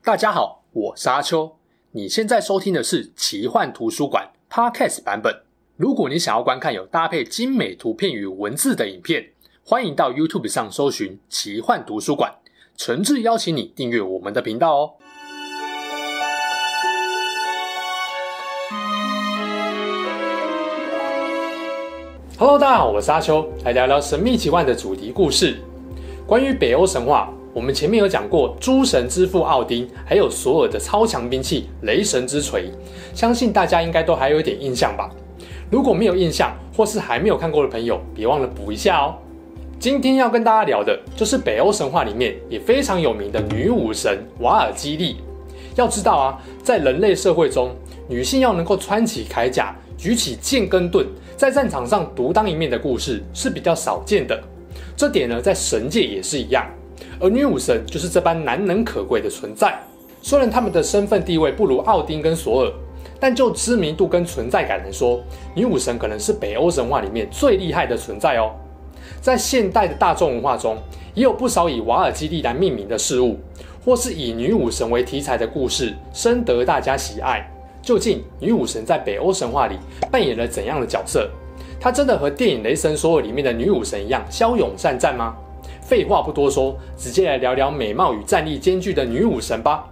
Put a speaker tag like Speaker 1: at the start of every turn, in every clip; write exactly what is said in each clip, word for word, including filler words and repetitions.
Speaker 1: 大家好，我是阿秋。你现在收听的是奇幻图书馆 Podcast 版本。如果你想要观看有搭配精美图片与文字的影片，欢迎到 YouTube 上搜寻奇幻图书馆，诚挚邀请你订阅我们的频道哦。Hello， 大家好，我是阿秋，来聊聊神秘奇幻的主题故事。关于北欧神话，我们前面有讲过诸神之父奥丁，还有索尔的超强兵器雷神之锤，相信大家应该都还有一点印象吧。如果没有印象，或是还没有看过的朋友，别忘了补一下哦。今天要跟大家聊的就是北欧神话里面也非常有名的女武神瓦尔基丽。要知道啊，在人类社会中，女性要能够穿起铠甲，举起剑跟盾，在战场上独当一面的故事是比较少见的。这点呢，在神界也是一样。而女武神就是这般难能可贵的存在。虽然他们的身份地位不如奥丁跟索尔，但就知名度跟存在感来说，女武神可能是北欧神话里面最厉害的存在哦。在现代的大众文化中，也有不少以瓦尔基丽来命名的事物，或是以女武神为题材的故事，深得大家喜爱。究竟女武神在北欧神话里扮演了怎样的角色？她真的和电影《雷神索尔》里面的女武神一样骁勇善战吗？废话不多说，直接来聊聊美貌与战力兼具的女武神吧。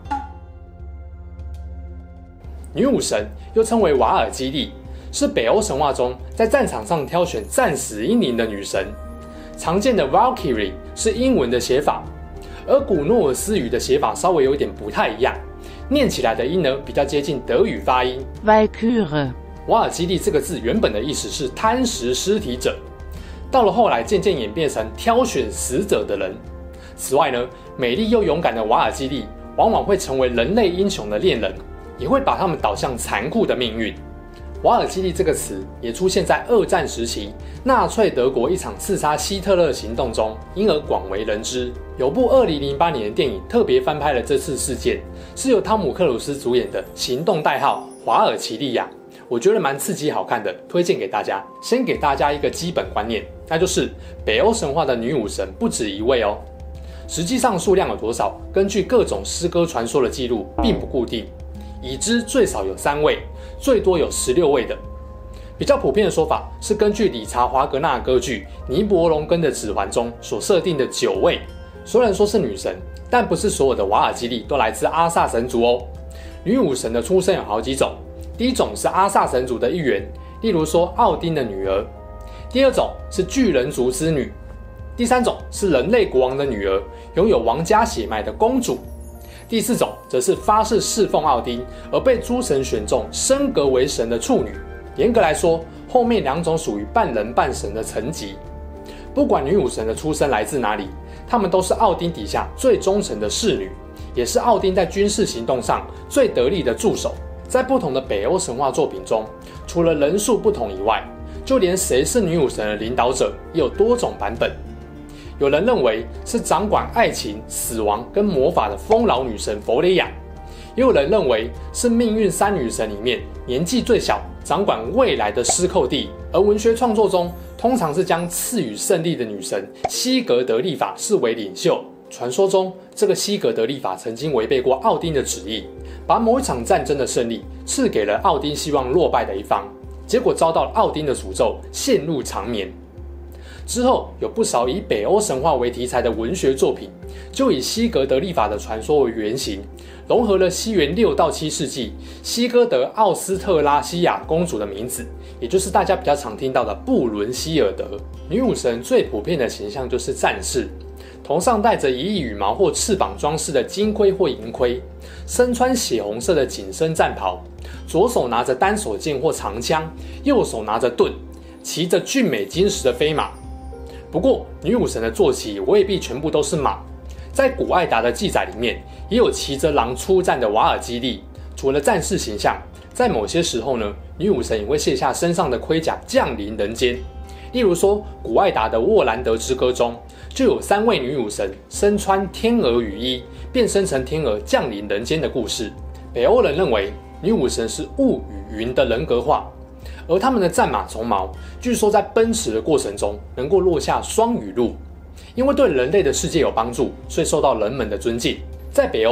Speaker 1: 女武神又称为瓦尔基丽，是北欧神话中在战场上挑选战死英灵的女神。常见的 Valkyrie 是英文的写法，而古诺尔斯语的写法稍微有点不太一样，念起来的音呢比较接近德语发音。
Speaker 2: Valkyrie。
Speaker 1: 瓦尔基丽这个字原本的意思是贪食尸体者。到了后来，渐渐演变成挑选死者的人。此外呢，美丽又勇敢的瓦尔基丽往往会成为人类英雄的恋人，也会把他们导向残酷的命运。瓦尔基丽这个词也出现在二战时期纳粹德国一场刺杀希特勒行动中，因而广为人知。有部二零零八年的电影特别翻拍了这次事件，是由汤姆克鲁斯主演的《行动代号瓦尔基丽亚》。我觉得蛮刺激好看的，推荐给大家。先给大家一个基本观念，那就是北欧神话的女武神不止一位哦。实际上数量有多少，根据各种诗歌传说的记录并不固定，已知最少有三位，最多有十六位的。比较普遍的说法是根据理查华格纳歌剧《尼伯龙根的指环》中所设定的九位。虽然说是女神，但不是所有的瓦尔基丽都来自阿萨神族哦。女武神的出身有好几种。第一种是阿萨神族的一员，例如说奥丁的女儿；第二种是巨人族之女；第三种是人类国王的女儿，拥有王家血脉的公主；第四种则是发誓侍奉奥丁而被诸神选中升格为神的处女。严格来说，后面两种属于半人半神的层级。不管女武神的出身来自哪里，她们都是奥丁底下最忠诚的侍女，也是奥丁在军事行动上最得力的助手。在不同的北欧神话作品中，除了人数不同以外，就连谁是女武神的领导者也有多种版本。有人认为是掌管爱情、死亡跟魔法的丰饶女神弗雷亚，也有人认为是命运三女神里面年纪最小、掌管未来的施寇蒂。而文学创作中，通常是将赐予胜利的女神西格德利法视为领袖。传说中，这个西格德利法曾经违背过奥丁的旨意，把某一场战争的胜利赐给了奥丁希望落败的一方，结果遭到了奥丁的诅咒，陷入长眠。之后有不少以北欧神话为题材的文学作品，就以西格德利法的传说为原型，融合了西元六到七世纪西哥德奥斯特拉西亚公主的名字，也就是大家比较常听到的布伦希尔德。女武神最普遍的形象就是战士，头上戴着以羽毛或翅膀装饰的金盔或银盔，身穿血红色的紧身战袍，左手拿着单手剑或长枪，右手拿着盾，骑着俊美金石的飞马。不过，女武神的坐骑未必全部都是马，在古艾达的记载里面，也有骑着狼出战的瓦尔基丽。除了战士形象，在某些时候呢，女武神也会卸下身上的盔甲降临人间。例如说，古艾达的沃兰德之歌中，就有三位女武神身穿天鹅羽衣，变身成天鹅降临人间的故事。北欧人认为女武神是雾与云的人格化，而他们的战马虫毛据说在奔驰的过程中能够落下双雨露，因为对人类的世界有帮助，所以受到人们的尊敬。在北欧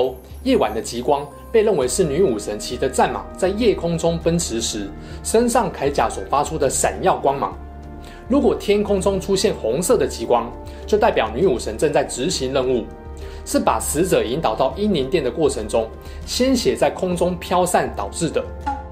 Speaker 1: 夜晚的极光被认为是女武神骑着战马在夜空中奔驰时，身上铠甲所发出的闪耀光芒。如果天空中出现红色的极光，就代表女武神正在执行任务，是把死者引导到英灵殿的过程中，鲜血在空中飘散导致的。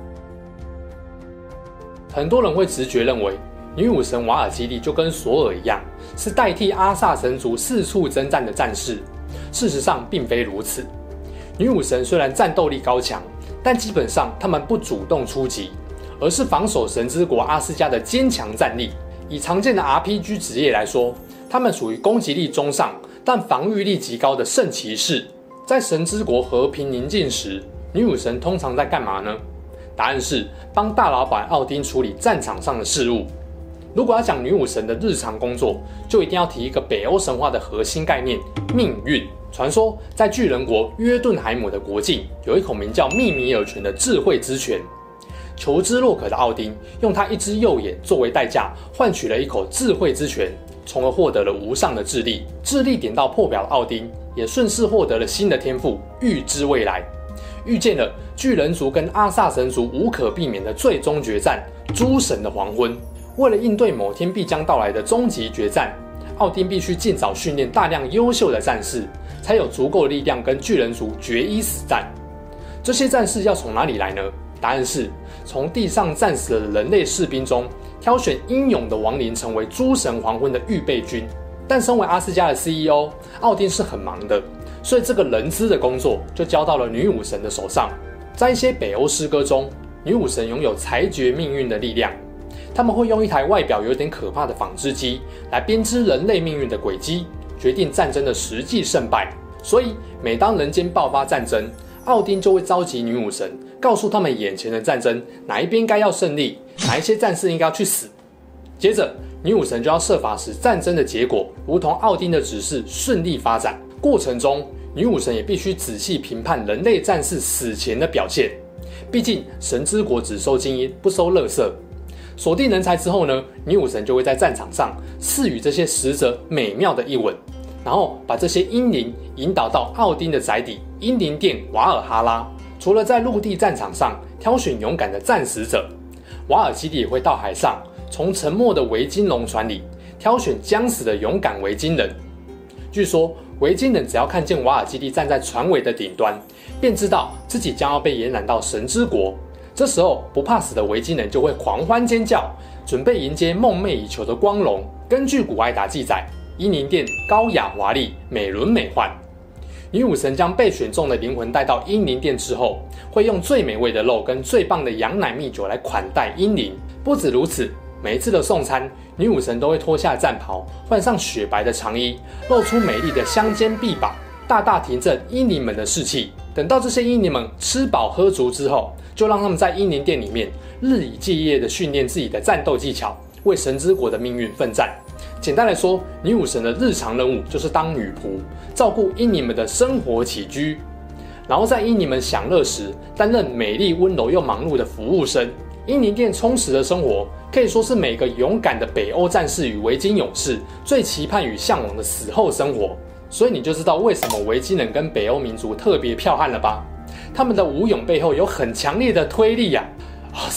Speaker 1: 很多人会直觉认为，女武神瓦尔基利就跟索尔一样，是代替阿萨神族四处征战的战士。事实上并非如此。女武神虽然战斗力高强，但基本上他们不主动出击，而是防守神之国阿斯加的坚强战力。以常见的 R P G 职业来说，他们属于攻击力中上但防御力极高的圣骑士。在神之国和平宁静时，女武神通常在干嘛呢？答案是帮大老板奥丁处理战场上的事务。如果要讲女武神的日常工作，就一定要提一个北欧神话的核心概念——命运。传说在巨人国约顿海姆的国境，有一口名叫密米尔泉的智慧之泉。求知若渴的奥丁用他一只右眼作为代价，换取了一口智慧之泉，从而获得了无上的智力。智力点到破表的奥丁也顺势获得了新的天赋——预知未来。遇见了巨人族跟阿萨神族无可避免的最终决战——诸神的黄昏。为了应对某天必将到来的终极决战，奥丁必须尽早训练大量优秀的战士，才有足够的力量跟巨人族决一死战。这些战士要从哪里来呢？答案是从地上战死的人类士兵中挑选英勇的亡灵，成为诸神黄昏的预备军。但身为阿斯加的 C E O， 奥丁是很忙的，所以这个人资的工作就交到了女武神的手上。在一些北欧诗歌中，女武神拥有裁决命运的力量。他们会用一台外表有点可怕的纺织机来编织人类命运的轨迹，决定战争的实际胜败。所以每当人间爆发战争，奥丁就会召集女武神，告诉他们眼前的战争哪一边该要胜利，哪一些战士应该要去死。接着女武神就要设法使战争的结果如同奥丁的指示顺利发展。过程中女武神也必须仔细评判人类战士死前的表现，毕竟神之国只收精英不收垃圾。锁定人才之后呢，女武神就会在战场上赐予这些死者美妙的一吻，然后把这些英灵引导到奥丁的宅邸英灵殿瓦尔哈拉。除了在陆地战场上挑选勇敢的战死者，瓦尔基利也会到海上，从沉没的维京龙船里挑选将死的勇敢维京人。据说维京人只要看见瓦尔基利站在船尾的顶端，便知道自己将要被延揽到神之国。这时候不怕死的维京人就会狂欢尖叫，准备迎接梦寐以求的光荣。根据古埃达记载，英灵殿高雅华丽，美轮美奂。女武神将被选中的灵魂带到英灵殿之后，会用最美味的肉跟最棒的羊奶蜜酒来款待英灵。不止如此，每一次的送餐，女武神都会脱下战袍，换上雪白的长衣，露出美丽的香肩臂膀，大大提振英灵们的士气。等到这些英灵们吃饱喝足之后，就让他们在英灵殿里面日以继夜地训练自己的战斗技巧，为神之国的命运奋战。简单来说，女武神的日常任务就是当女仆，照顾英灵们的生活起居，然后在英灵们享乐时担任美丽温柔又忙碌的服务生。英灵殿充实的生活可以说是每个勇敢的北欧战士与维京勇士最期盼与向往的死后生活。所以你就知道为什么维京人跟北欧民族特别剽悍了吧？他们的武勇背后有很强烈的推力呀、啊！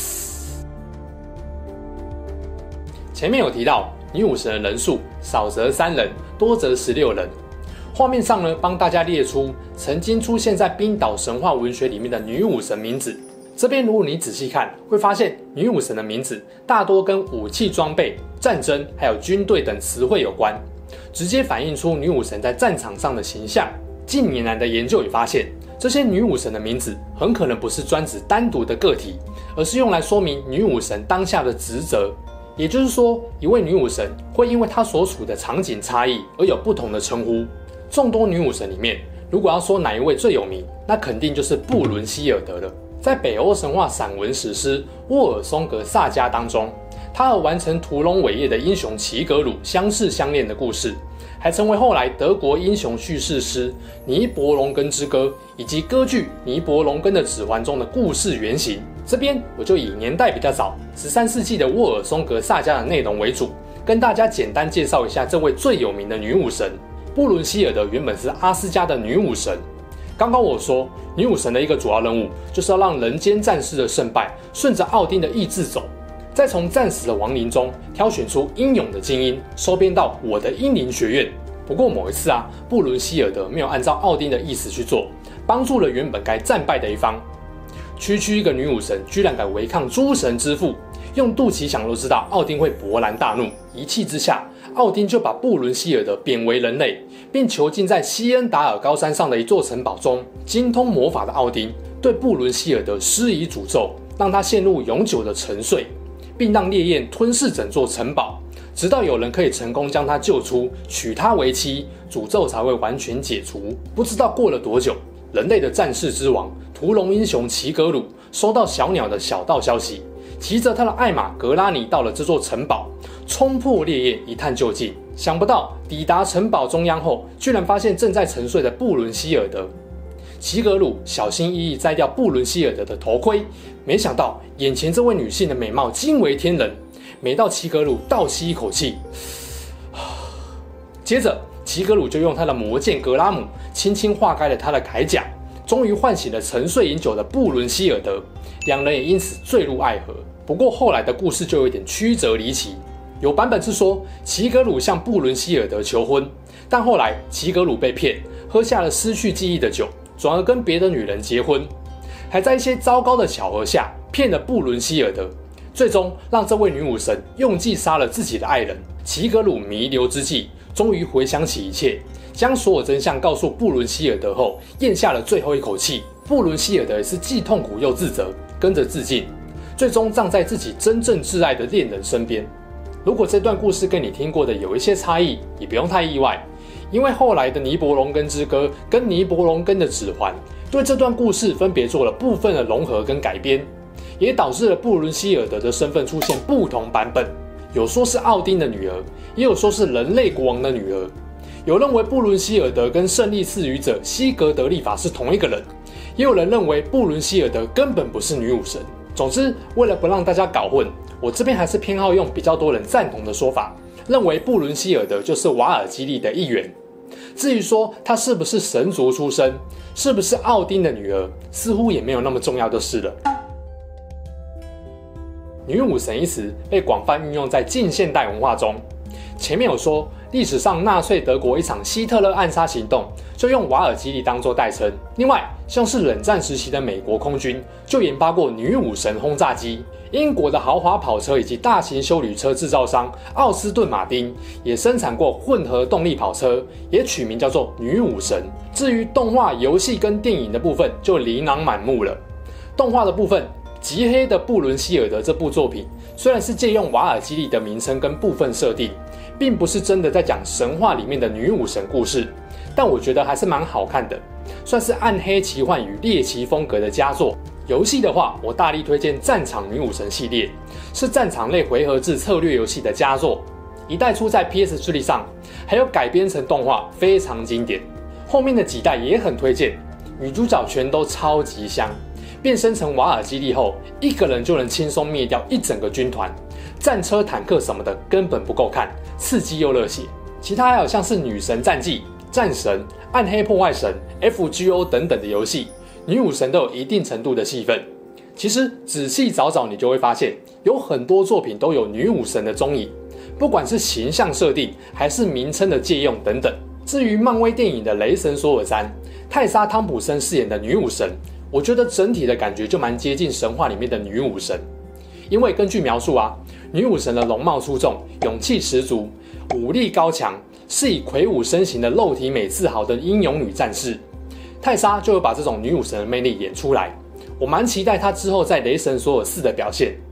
Speaker 1: 前面有提到女武神的人数少则三人，多则十六人。画面上呢，帮大家列出曾经出现在冰岛神话文学里面的女武神名字。这边如果你仔细看，会发现女武神的名字大多跟武器装备、战争还有军队等词汇有关，直接反映出女武神在战场上的形象。近年来的研究也发现，这些女武神的名字很可能不是专指单独的个体，而是用来说明女武神当下的职责。也就是说，一位女武神会因为她所处的场景差异而有不同的称呼。众多女武神里面，如果要说哪一位最有名，那肯定就是布伦希尔德了。在北欧神话散文史诗《沃尔松格萨迦》当中，他和完成屠龙伟业的英雄齐格鲁相识相恋的故事，还成为后来德国英雄叙事诗《尼伯龙根之歌》以及歌剧《尼伯龙根的指环》中的故事原型。这边我就以年代比较早十三世纪的沃尔松格萨迦的内容为主，跟大家简单介绍一下这位最有名的女武神。布伦希尔德原本是阿斯加的女武神， 刚刚我说，女武神的一个主要任务就是要让人间战士的胜败顺着奥丁的意志走，再从战死的亡灵中挑选出英勇的精英，收编到我的英灵学院。不过某一次啊，布伦希尔德没有按照奥丁的意思去做，帮助了原本该战败的一方。区区一个女武神，居然敢违抗诸神之父，用肚脐想都知道奥丁会勃然大怒。一气之下，奥丁就把布伦希尔德贬为人类，并囚禁在西恩达尔高山上的一座城堡中。精通魔法的奥丁对布伦希尔德施以诅咒，让他陷入永久的沉睡，并让烈焰吞噬整座城堡，直到有人可以成功将他救出，娶她为妻，诅咒才会完全解除。不知道过了多久，人类的战士之王屠龙英雄齐格鲁收到小鸟的小道消息，骑着他的爱马格拉尼到了这座城堡，冲破烈焰一探究竟。想不到抵达城堡中央后，居然发现正在沉睡的布伦希尔德。齐格鲁小心翼翼摘掉布伦希尔德的头盔，没想到眼前这位女性的美貌惊为天人，美到齐格鲁倒吸一口气。接着齐格鲁就用他的魔剑格拉姆轻轻化开了他的铠甲，终于唤醒了沉睡已久的布伦希尔德，两人也因此坠入爱河。不过后来的故事就有点曲折离奇，有版本是说齐格鲁向布伦希尔德求婚，但后来齐格鲁被骗，喝下了失去记忆的酒，转而跟别的女人结婚，还在一些糟糕的巧合下骗了布伦希尔德，最终让这位女武神用计杀了自己的爱人。齐格鲁弥留之际，终于回想起一切，将所有真相告诉布伦希尔德后，咽下了最后一口气。布伦希尔德也是既痛苦又自责，跟着自尽，最终葬在自己真正挚爱的恋人身边。如果这段故事跟你听过的有一些差异，也不用太意外，因为后来的尼伯龙根之歌跟尼伯龙根的指环对这段故事分别做了部分的融合跟改编，也导致了布伦希尔德的身份出现不同版本，有说是奥丁的女儿，也有说是人类国王的女儿。有认为布伦希尔德跟胜利赐予者西格德利法是同一个人，也有人认为布伦希尔德根本不是女武神。总之，为了不让大家搞混，我这边还是偏好用比较多人赞同的说法，认为布伦希尔德就是瓦尔基利的一员。至于说她是不是神族出身，是不是奥丁的女儿，似乎也没有那么重要就是了。女武神一词被广泛运用在近现代文化中。前面有说，历史上纳粹德国一场希特勒暗杀行动就用瓦尔基利当作代称。另外，像是冷战时期的美国空军就研发过女武神轰炸机，英国的豪华跑车以及大型休旅车制造商奥斯顿马丁也生产过混合动力跑车，也取名叫做女武神。至于动画、游戏跟电影的部分就琳琅满目了。动画的部分，极黑的布伦希尔德这部作品虽然是借用瓦尔基利的名称跟部分设定，并不是真的在讲神话里面的女武神故事，但我觉得还是蛮好看的，算是暗黑奇幻与猎奇风格的佳作。游戏的话，我大力推荐战场女武神系列，是战场类回合制策略游戏的佳作，一代出在 P S 三 上，还有改编成动画，非常经典。后面的几代也很推荐，女主角全都超级香，变身成瓦尔基利后，一个人就能轻松灭掉一整个军团，战车、坦克什么的根本不够看，刺激又热血。其他还有像是女神战记、战神、暗黑破坏神、F G O 等等的游戏，女武神都有一定程度的戏份。其实仔细找找，你就会发现有很多作品都有女武神的踪影，不管是形象设定还是名称的借用等等。至于漫威电影的雷神索尔三，泰莎汤普森饰演的女武神，我觉得整体的感觉就蛮接近神话里面的女武神。因为根据描述啊，女武神的容貌出众，勇气十足，武力高强，是以魁梧身形的肉体美自豪的英勇女战士。泰莎就有把这种女武神的魅力演出来，我蛮期待她之后在雷神索尔四的表现。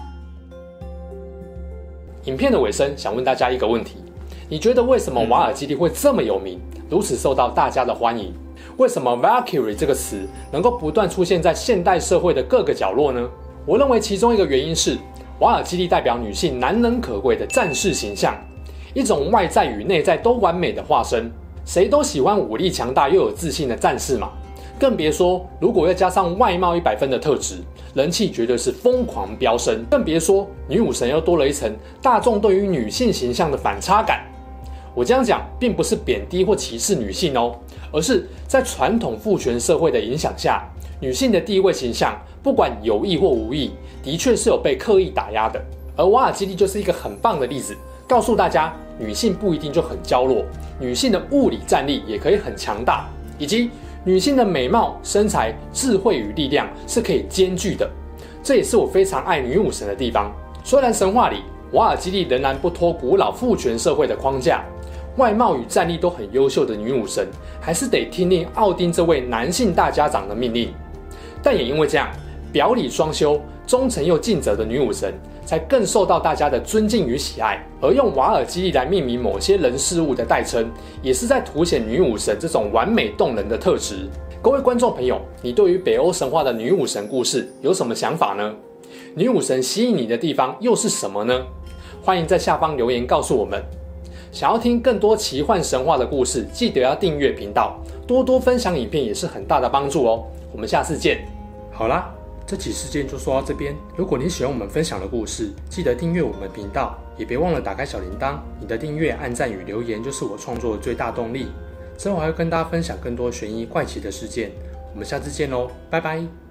Speaker 1: 影片的尾声，想问大家一个问题：你觉得为什么瓦尔基利会这么有名，如此受到大家的欢迎？为什么 Valkyrie 这个词能够不断出现在现代社会的各个角落呢？我认为其中一个原因是，瓦尔基利代表女性难能可贵的战士形象，一种外在与内在都完美的化身。谁都喜欢武力强大又有自信的战士嘛，更别说如果要加上外貌一百分的特质，人气绝对是疯狂飙升。更别说女武神又多了一层大众对于女性形象的反差感。 我这样讲并不是贬低或歧视女性哦，而是在传统父权社会的影响下，女性的地位形象不管有意或无意，的确是有被刻意打压的。而瓦尔基利就是一个很棒的例子，告诉大家女性不一定就很娇弱，女性的物理战力也可以很强大，以及女性的美貌、身材、智慧与力量是可以兼具的。这也是我非常爱女武神的地方。虽然神话里瓦尔基利仍然不脱古老父权社会的框架，外貌与战力都很优秀的女武神，还是得听令奥丁这位男性大家长的命令。但也因为这样，表里双修、忠诚又尽责的女武神，才更受到大家的尊敬与喜爱。而用瓦尔基利来命名某些人事物的代称，也是在凸显女武神这种完美动人的特质。各位观众朋友，你对于北欧神话的女武神故事有什么想法呢？女武神吸引你的地方又是什么呢？欢迎在下方留言告诉我们。想要听更多奇幻神话的故事，记得要订阅频道，多多分享影片也是很大的帮助哦。我们下次见。好啦，这起事件就说到这边。如果你喜欢我们分享的故事，记得订阅我们频道，也别忘了打开小铃铛。你的订阅、按赞与留言就是我创作的最大动力。之后还会跟大家分享更多悬疑怪奇的事件。我们下次见喽，拜拜。